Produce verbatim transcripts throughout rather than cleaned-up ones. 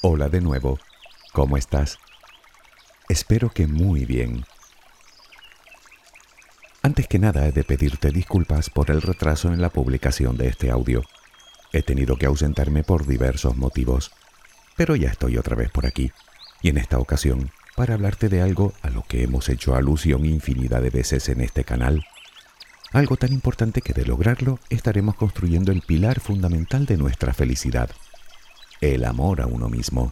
Hola de nuevo, ¿cómo estás? Espero que muy bien. Antes que nada he de pedirte disculpas por el retraso en la publicación de este audio. He tenido que ausentarme por diversos motivos, pero ya estoy otra vez por aquí, y en esta ocasión para hablarte de algo a lo que hemos hecho alusión infinidad de veces en este canal. Algo tan importante que de lograrlo estaremos construyendo el pilar fundamental de nuestra felicidad, el amor a uno mismo.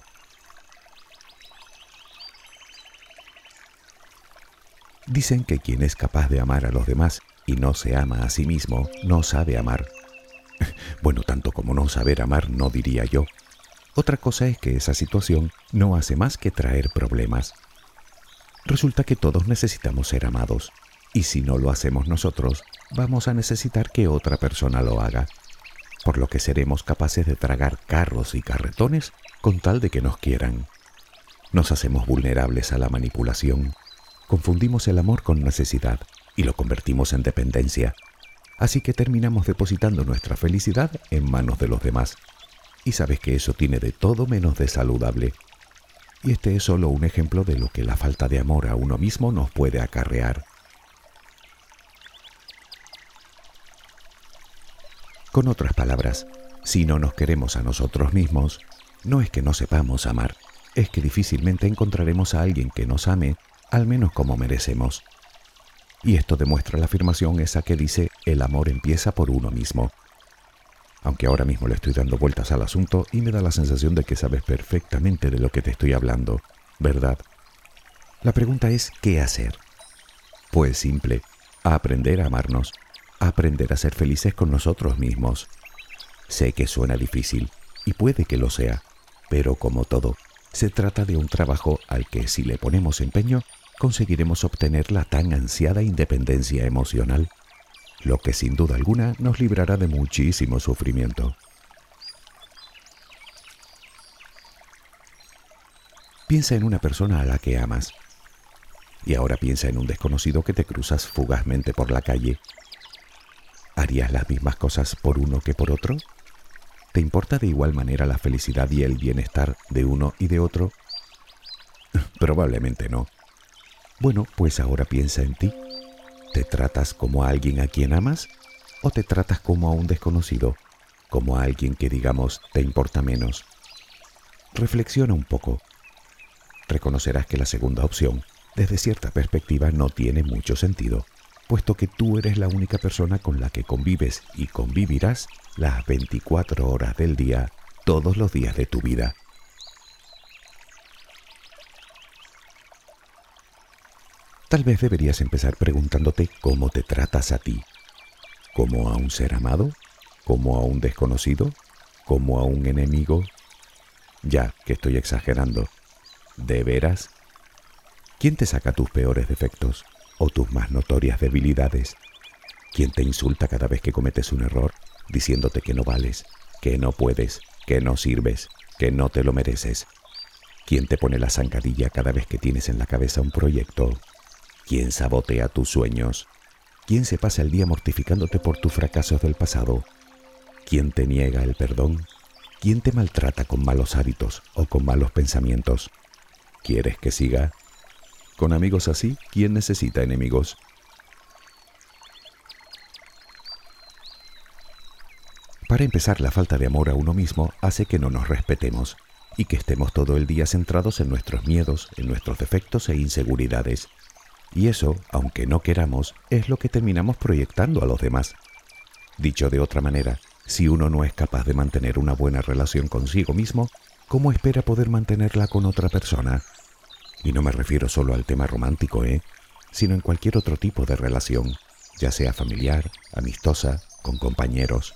Dicen que quien es capaz de amar a los demás y no se ama a sí mismo, no sabe amar. Bueno, tanto como no saber amar, no diría yo. Otra cosa es que esa situación no hace más que traer problemas. Resulta que todos necesitamos ser amados, y si no lo hacemos nosotros, vamos a necesitar que otra persona lo haga, por lo que seremos capaces de tragar carros y carretones con tal de que nos quieran. Nos hacemos vulnerables a la manipulación. Confundimos el amor con necesidad y lo convertimos en dependencia. Así que terminamos depositando nuestra felicidad en manos de los demás. Y sabes que eso tiene de todo menos de saludable. Y este es solo un ejemplo de lo que la falta de amor a uno mismo nos puede acarrear. Con otras palabras, si no nos queremos a nosotros mismos, no es que no sepamos amar, es que difícilmente encontraremos a alguien que nos ame al menos como merecemos. Y esto demuestra la afirmación esa que dice el amor empieza por uno mismo. Aunque ahora mismo le estoy dando vueltas al asunto y me da la sensación de que sabes perfectamente de lo que te estoy hablando, ¿verdad? La pregunta es ¿qué hacer? Pues simple, aprender a amarnos, aprender a ser felices con nosotros mismos. Sé que suena difícil y puede que lo sea, pero como todo, se trata de un trabajo al que si le ponemos empeño, conseguiremos obtener la tan ansiada independencia emocional, lo que sin duda alguna nos librará de muchísimo sufrimiento. Piensa en una persona a la que amas. Y ahora piensa en un desconocido que te cruzas fugazmente por la calle. ¿Harías las mismas cosas por uno que por otro? ¿Te importa de igual manera la felicidad y el bienestar de uno y de otro? Probablemente no. Bueno, pues ahora piensa en ti. ¿Te tratas como a alguien a quien amas? ¿O te tratas como a un desconocido? Como a alguien que, digamos, te importa menos. Reflexiona un poco. Reconocerás que la segunda opción, desde cierta perspectiva, no tiene mucho sentido, puesto que tú eres la única persona con la que convives y convivirás las veinticuatro horas del día, todos los días de tu vida. Tal vez deberías empezar preguntándote cómo te tratas a ti. ¿Como a un ser amado? ¿Como a un desconocido? ¿Como a un enemigo? Ya, que estoy exagerando. ¿De veras? ¿Quién te saca tus peores defectos o tus más notorias debilidades? ¿Quién te insulta cada vez que cometes un error, diciéndote que no vales, que no puedes, que no sirves, que no te lo mereces? ¿Quién te pone la zancadilla cada vez que tienes en la cabeza un proyecto? ¿Quién sabotea tus sueños? ¿Quién se pasa el día mortificándote por tus fracasos del pasado? ¿Quién te niega el perdón? ¿Quién te maltrata con malos hábitos o con malos pensamientos? ¿Quieres que siga? Con amigos así, ¿quién necesita enemigos? Para empezar, la falta de amor a uno mismo hace que no nos respetemos y que estemos todo el día centrados en nuestros miedos, en nuestros defectos e inseguridades. Y eso, aunque no queramos, es lo que terminamos proyectando a los demás. Dicho de otra manera, si uno no es capaz de mantener una buena relación consigo mismo, ¿cómo espera poder mantenerla con otra persona? Y no me refiero solo al tema romántico, ¿eh? Sino en cualquier otro tipo de relación, ya sea familiar, amistosa, con compañeros.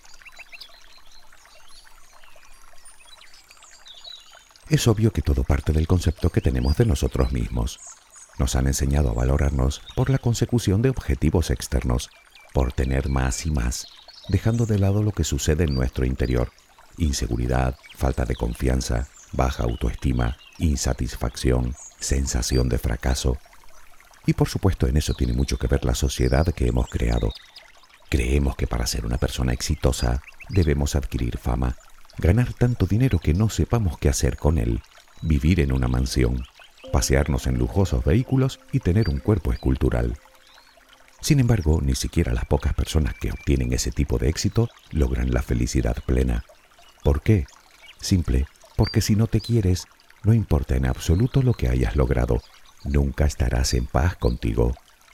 Es obvio que todo parte del concepto que tenemos de nosotros mismos. Nos han enseñado a valorarnos por la consecución de objetivos externos, por tener más y más, dejando de lado lo que sucede en nuestro interior: inseguridad, falta de confianza, baja autoestima, insatisfacción, sensación de fracaso. Y por supuesto en eso tiene mucho que ver la sociedad que hemos creado. Creemos que para ser una persona exitosa debemos adquirir fama, ganar tanto dinero que no sepamos qué hacer con él, vivir en una mansión, pasearnos en lujosos vehículos y tener un cuerpo escultural. Sin embargo, ni siquiera las pocas personas que obtienen ese tipo de éxito logran la felicidad plena. ¿Por qué? Simple, porque si no te quieres, no importa en absoluto lo que hayas logrado, nunca estarás en paz contigo.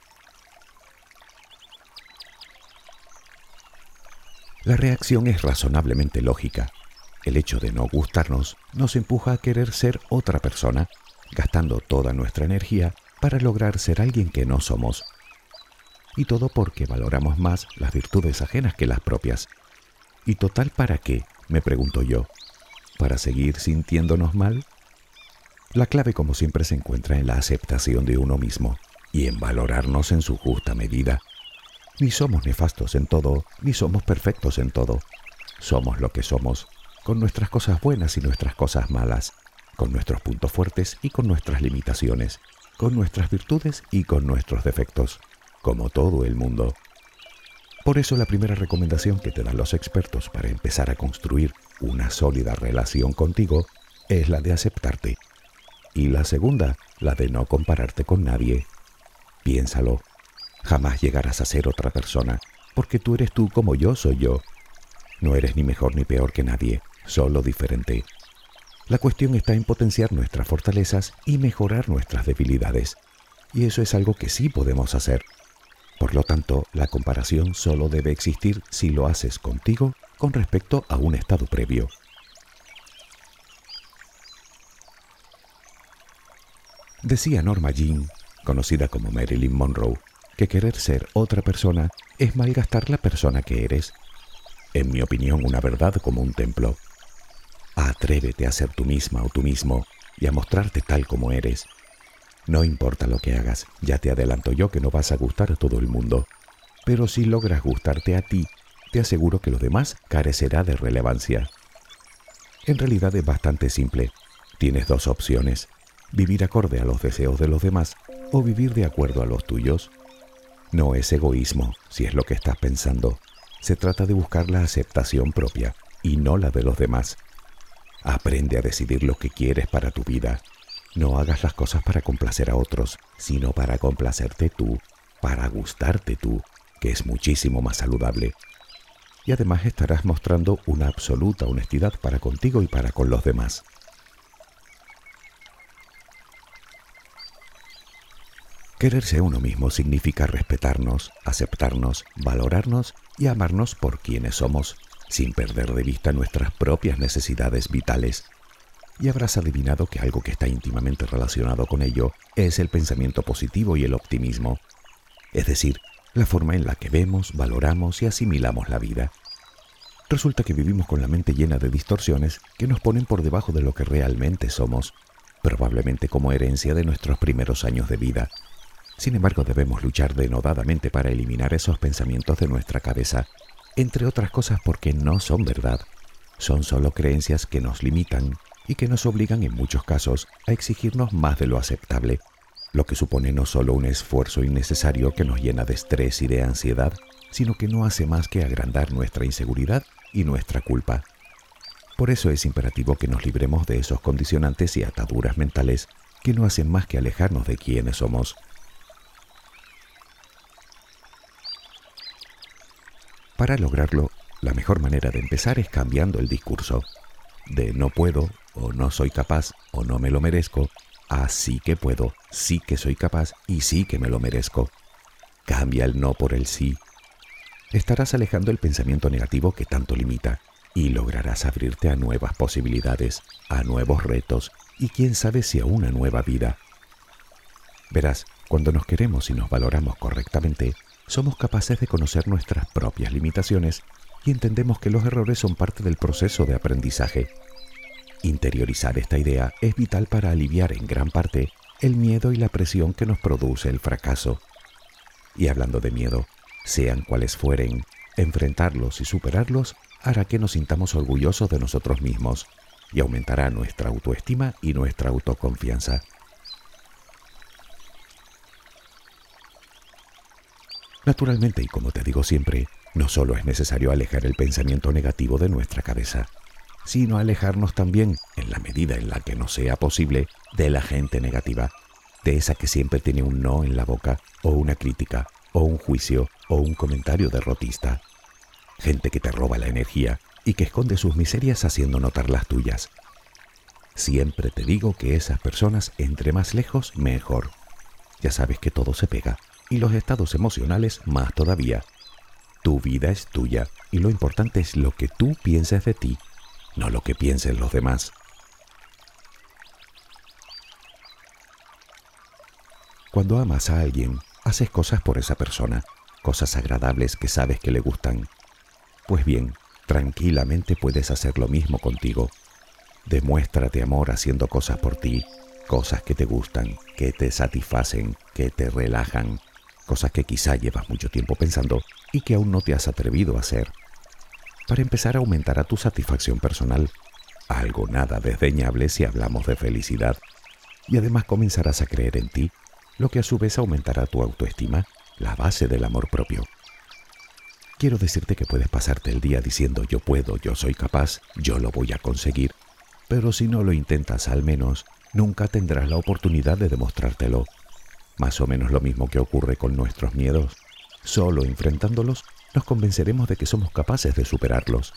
La reacción es razonablemente lógica. El hecho de no gustarnos nos empuja a querer ser otra persona, gastando toda nuestra energía para lograr ser alguien que no somos. Y todo porque valoramos más las virtudes ajenas que las propias. ¿Y total para qué?, me pregunto yo. ¿Para seguir sintiéndonos mal? La clave, como siempre, se encuentra en la aceptación de uno mismo y en valorarnos en su justa medida. Ni somos nefastos en todo, ni somos perfectos en todo. Somos lo que somos, con nuestras cosas buenas y nuestras cosas malas, con nuestros puntos fuertes y con nuestras limitaciones, con nuestras virtudes y con nuestros defectos, como todo el mundo. Por eso la primera recomendación que te dan los expertos para empezar a construir una sólida relación contigo es la de aceptarte. Y la segunda, la de no compararte con nadie. Piénsalo, jamás llegarás a ser otra persona, porque tú eres tú como yo soy yo. No eres ni mejor ni peor que nadie, solo diferente. La cuestión está en potenciar nuestras fortalezas y mejorar nuestras debilidades. Y eso es algo que sí podemos hacer. Por lo tanto, la comparación solo debe existir si lo haces contigo con respecto a un estado previo. Decía Norma Jean, conocida como Marilyn Monroe, que querer ser otra persona es malgastar la persona que eres. En mi opinión, una verdad como un templo. Atrévete a ser tú misma o tú mismo y a mostrarte tal como eres. No importa lo que hagas, ya te adelanto yo que no vas a gustar a todo el mundo. Pero si logras gustarte a ti, te aseguro que lo demás carecerá de relevancia. En realidad es bastante simple. Tienes dos opciones: vivir acorde a los deseos de los demás o vivir de acuerdo a los tuyos. No es egoísmo, si es lo que estás pensando. Se trata de buscar la aceptación propia y no la de los demás. Aprende a decidir lo que quieres para tu vida. No hagas las cosas para complacer a otros, sino para complacerte tú, para gustarte tú, que es muchísimo más saludable. Y además estarás mostrando una absoluta honestidad para contigo y para con los demás. Quererse a uno mismo significa respetarnos, aceptarnos, valorarnos y amarnos por quienes somos, sin perder de vista nuestras propias necesidades vitales. Y habrás adivinado que algo que está íntimamente relacionado con ello es el pensamiento positivo y el optimismo, es decir, la forma en la que vemos, valoramos y asimilamos la vida. Resulta que vivimos con la mente llena de distorsiones que nos ponen por debajo de lo que realmente somos, probablemente como herencia de nuestros primeros años de vida. Sin embargo, debemos luchar denodadamente para eliminar esos pensamientos de nuestra cabeza, entre otras cosas porque no son verdad, son solo creencias que nos limitan y que nos obligan en muchos casos a exigirnos más de lo aceptable, lo que supone no solo un esfuerzo innecesario que nos llena de estrés y de ansiedad, sino que no hace más que agrandar nuestra inseguridad y nuestra culpa. Por eso es imperativo que nos libremos de esos condicionantes y ataduras mentales que no hacen más que alejarnos de quienes somos. Para lograrlo, la mejor manera de empezar es cambiando el discurso. De no puedo, o no soy capaz, o no me lo merezco, a sí que puedo, sí que soy capaz y sí que me lo merezco. Cambia el no por el sí. Estarás alejando el pensamiento negativo que tanto limita y lograrás abrirte a nuevas posibilidades, a nuevos retos y quién sabe si a una nueva vida. Verás, cuando nos queremos y nos valoramos correctamente, somos capaces de conocer nuestras propias limitaciones y entendemos que los errores son parte del proceso de aprendizaje. Interiorizar esta idea es vital para aliviar en gran parte el miedo y la presión que nos produce el fracaso. Y hablando de miedo, sean cuales fueren, enfrentarlos y superarlos hará que nos sintamos orgullosos de nosotros mismos y aumentará nuestra autoestima y nuestra autoconfianza. Naturalmente, y como te digo siempre, no solo es necesario alejar el pensamiento negativo de nuestra cabeza. sino alejarnos también, en la medida en la que nos sea posible, de la gente negativa, de esa que siempre tiene un no en la boca, o una crítica, o un juicio, o un comentario derrotista. Gente que te roba la energía y que esconde sus miserias haciendo notar las tuyas. Siempre te digo que esas personas, entre más lejos, mejor. Ya sabes que todo se pega, y los estados emocionales más todavía. Tu vida es tuya, y lo importante es lo que tú pienses de ti, no lo que piensen los demás. Cuando amas a alguien, haces cosas por esa persona, cosas agradables que sabes que le gustan. Pues bien, tranquilamente puedes hacer lo mismo contigo. Demuéstrate amor haciendo cosas por ti, cosas que te gustan, que te satisfacen, que te relajan, cosas que quizá llevas mucho tiempo pensando y que aún no te has atrevido a hacer. Para empezar, aumentará tu satisfacción personal, algo nada desdeñable si hablamos de felicidad, y además comenzarás a creer en ti, lo que a su vez aumentará tu autoestima, la base del amor propio. Quiero decirte que puedes pasarte el día diciendo yo puedo, yo soy capaz, yo lo voy a conseguir, pero si no lo intentas al menos, nunca tendrás la oportunidad de demostrártelo. Más o menos lo mismo que ocurre con nuestros miedos. Solo enfrentándolos nos convenceremos de que somos capaces de superarlos.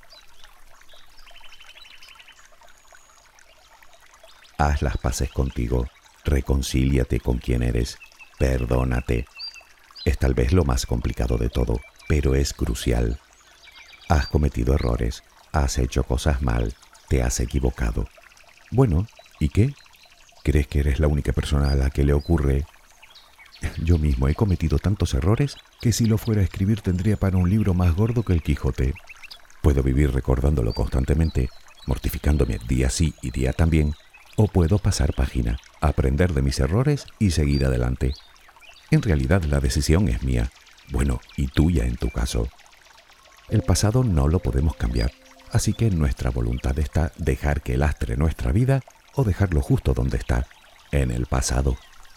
Haz las paces contigo, reconcíliate con quien eres, perdónate. Es tal vez lo más complicado de todo, pero es crucial. Has cometido errores, has hecho cosas mal, te has equivocado. Bueno, ¿y qué? ¿Crees que eres la única persona a la que le ocurre? Yo mismo he cometido tantos errores que si lo fuera a escribir tendría para un libro más gordo que el Quijote. Puedo vivir recordándolo constantemente, mortificándome día sí y día también, o puedo pasar página, aprender de mis errores y seguir adelante. En realidad la decisión es mía, bueno, y tuya en tu caso. El pasado no lo podemos cambiar, así que en nuestra voluntad está dejar que lastre nuestra vida o dejarlo justo donde está, en el pasado.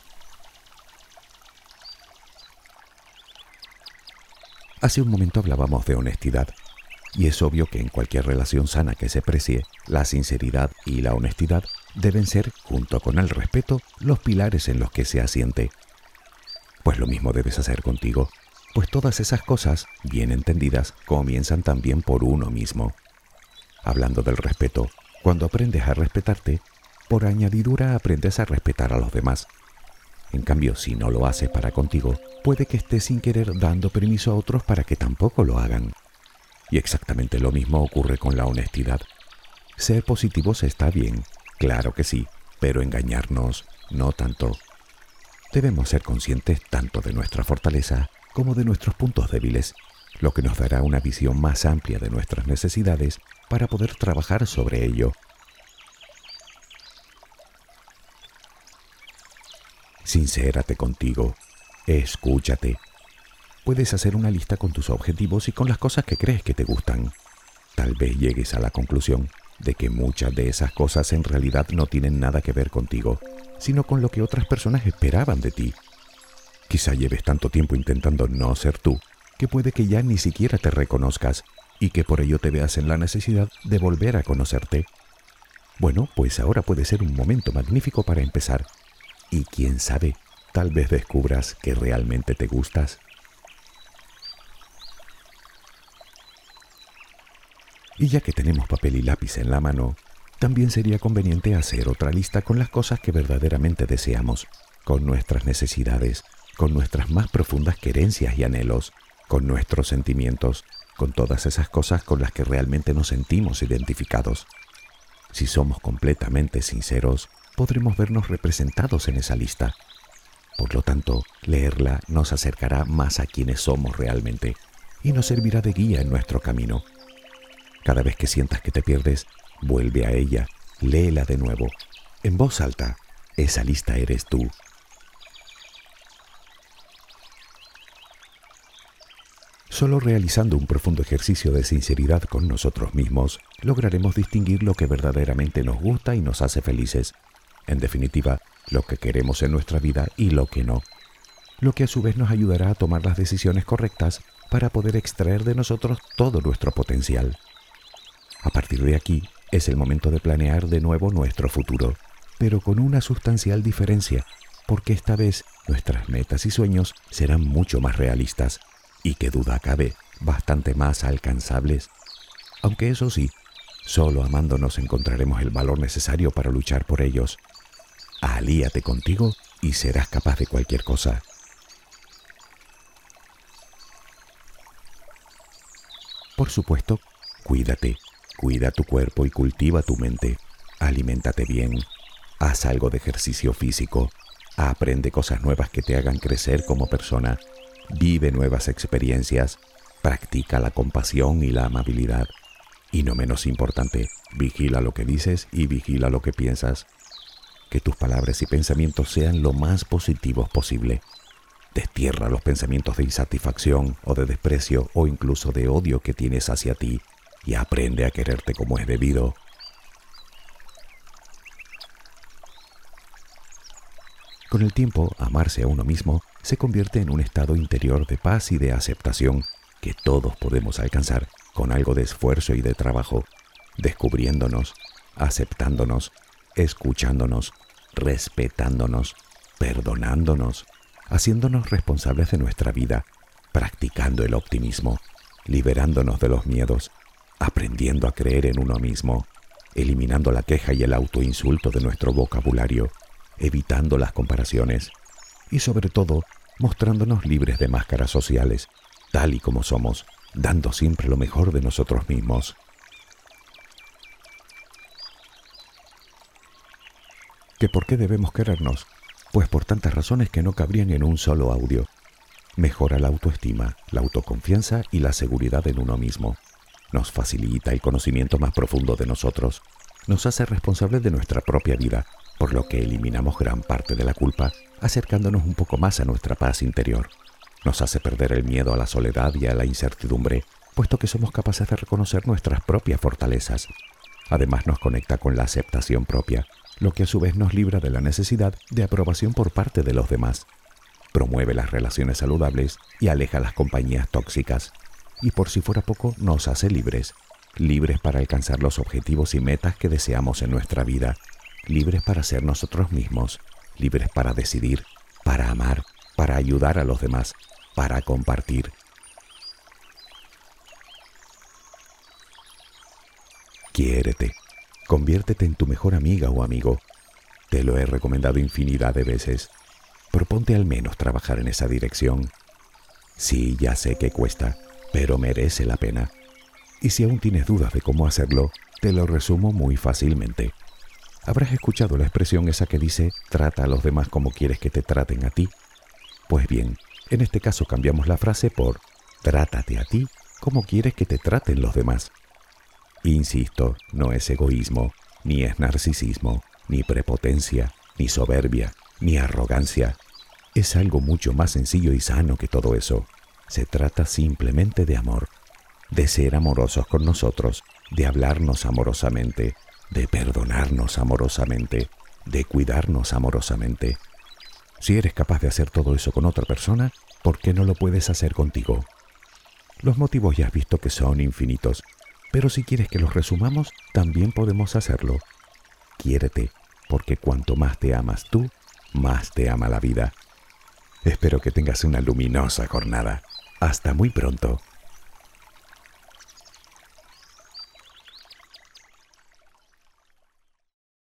Hace un momento hablábamos de honestidad, y es obvio que en cualquier relación sana que se precie, la sinceridad y la honestidad deben ser, junto con el respeto, los pilares en los que se asiente. Pues lo mismo debes hacer contigo, pues todas esas cosas, bien entendidas, comienzan también por uno mismo. Hablando del respeto, cuando aprendes a respetarte, por añadidura aprendes a respetar a los demás. En cambio, si no lo haces para contigo, puede que estés sin querer dando permiso a otros para que tampoco lo hagan. Y exactamente lo mismo ocurre con la honestidad. Ser positivos está bien, claro que sí, pero engañarnos no tanto. Debemos ser conscientes tanto de nuestra fortaleza como de nuestros puntos débiles, lo que nos dará una visión más amplia de nuestras necesidades para poder trabajar sobre ello. Sincérate contigo, escúchate. Puedes hacer una lista con tus objetivos y con las cosas que crees que te gustan. Tal vez llegues a la conclusión de que muchas de esas cosas en realidad no tienen nada que ver contigo, sino con lo que otras personas esperaban de ti. Quizá lleves tanto tiempo intentando no ser tú, que puede que ya ni siquiera te reconozcas y que por ello te veas en la necesidad de volver a conocerte. Bueno, pues ahora puede ser un momento magnífico para empezar. Y quién sabe, tal vez descubras que realmente te gustas. Y ya que tenemos papel y lápiz en la mano, también sería conveniente hacer otra lista con las cosas que verdaderamente deseamos, con nuestras necesidades, con nuestras más profundas querencias y anhelos, con nuestros sentimientos, con todas esas cosas con las que realmente nos sentimos identificados. Si somos completamente sinceros, podremos vernos representados en esa lista. Por lo tanto, leerla nos acercará más a quienes somos realmente y nos servirá de guía en nuestro camino. Cada vez que sientas que te pierdes, vuelve a ella, léela de nuevo, en voz alta. Esa lista eres tú. Solo realizando un profundo ejercicio de sinceridad con nosotros mismos, lograremos distinguir lo que verdaderamente nos gusta y nos hace felices. En definitiva, lo que queremos en nuestra vida y lo que no. Lo que a su vez nos ayudará a tomar las decisiones correctas para poder extraer de nosotros todo nuestro potencial. A partir de aquí es el momento de planear de nuevo nuestro futuro, pero con una sustancial diferencia, porque esta vez nuestras metas y sueños serán mucho más realistas y, que duda cabe, bastante más alcanzables. Aunque eso sí, solo amándonos encontraremos el valor necesario para luchar por ellos. Alíate contigo y serás capaz de cualquier cosa. Por supuesto, cuídate, cuida tu cuerpo y cultiva tu mente. Aliméntate bien, haz algo de ejercicio físico, aprende cosas nuevas que te hagan crecer como persona, vive nuevas experiencias, practica la compasión y la amabilidad. Y no menos importante, vigila lo que dices y vigila lo que piensas. Que tus palabras y pensamientos sean lo más positivos posible. Destierra los pensamientos de insatisfacción o de desprecio o incluso de odio que tienes hacia ti y aprende a quererte como es debido. Con el tiempo, amarse a uno mismo se convierte en un estado interior de paz y de aceptación que todos podemos alcanzar con algo de esfuerzo y de trabajo, descubriéndonos, aceptándonos, escuchándonos, respetándonos, perdonándonos, haciéndonos responsables de nuestra vida, practicando el optimismo, liberándonos de los miedos, aprendiendo a creer en uno mismo, eliminando la queja y el autoinsulto de nuestro vocabulario, evitando las comparaciones y sobre todo mostrándonos libres de máscaras sociales, tal y como somos, dando siempre lo mejor de nosotros mismos. ¿Que por qué debemos querernos? Pues por tantas razones que no cabrían en un solo audio. Mejora la autoestima, la autoconfianza y la seguridad en uno mismo. Nos facilita el conocimiento más profundo de nosotros. Nos hace responsables de nuestra propia vida, por lo que eliminamos gran parte de la culpa, acercándonos un poco más a nuestra paz interior. Nos hace perder el miedo a la soledad y a la incertidumbre, puesto que somos capaces de reconocer nuestras propias fortalezas. Además nos conecta con la aceptación propia, lo que a su vez nos libra de la necesidad de aprobación por parte de los demás. Promueve las relaciones saludables y aleja las compañías tóxicas. Y por si fuera poco, nos hace libres. Libres para alcanzar los objetivos y metas que deseamos en nuestra vida. Libres para ser nosotros mismos. Libres para decidir, para amar, para ayudar a los demás, para compartir. Quiérete. Conviértete en tu mejor amiga o amigo. Te lo he recomendado infinidad de veces. Proponte al menos trabajar en esa dirección. Sí, ya sé que cuesta, pero merece la pena. Y si aún tienes dudas de cómo hacerlo, te lo resumo muy fácilmente. Habrás escuchado la expresión esa que dice, trata a los demás como quieres que te traten a ti. Pues bien, en este caso cambiamos la frase por, trátate a ti como quieres que te traten los demás. Insisto, no es egoísmo, ni es narcisismo, ni prepotencia, ni soberbia, ni arrogancia. Es algo mucho más sencillo y sano que todo eso. Se trata simplemente de amor, de ser amorosos con nosotros, de hablarnos amorosamente, de perdonarnos amorosamente, de cuidarnos amorosamente. Si eres capaz de hacer todo eso con otra persona, ¿por qué no lo puedes hacer contigo? Los motivos ya has visto que son infinitos, pero si quieres que los resumamos, también podemos hacerlo. Quiérete, porque cuanto más te amas tú, más te ama la vida. Espero que tengas una luminosa jornada. Hasta muy pronto.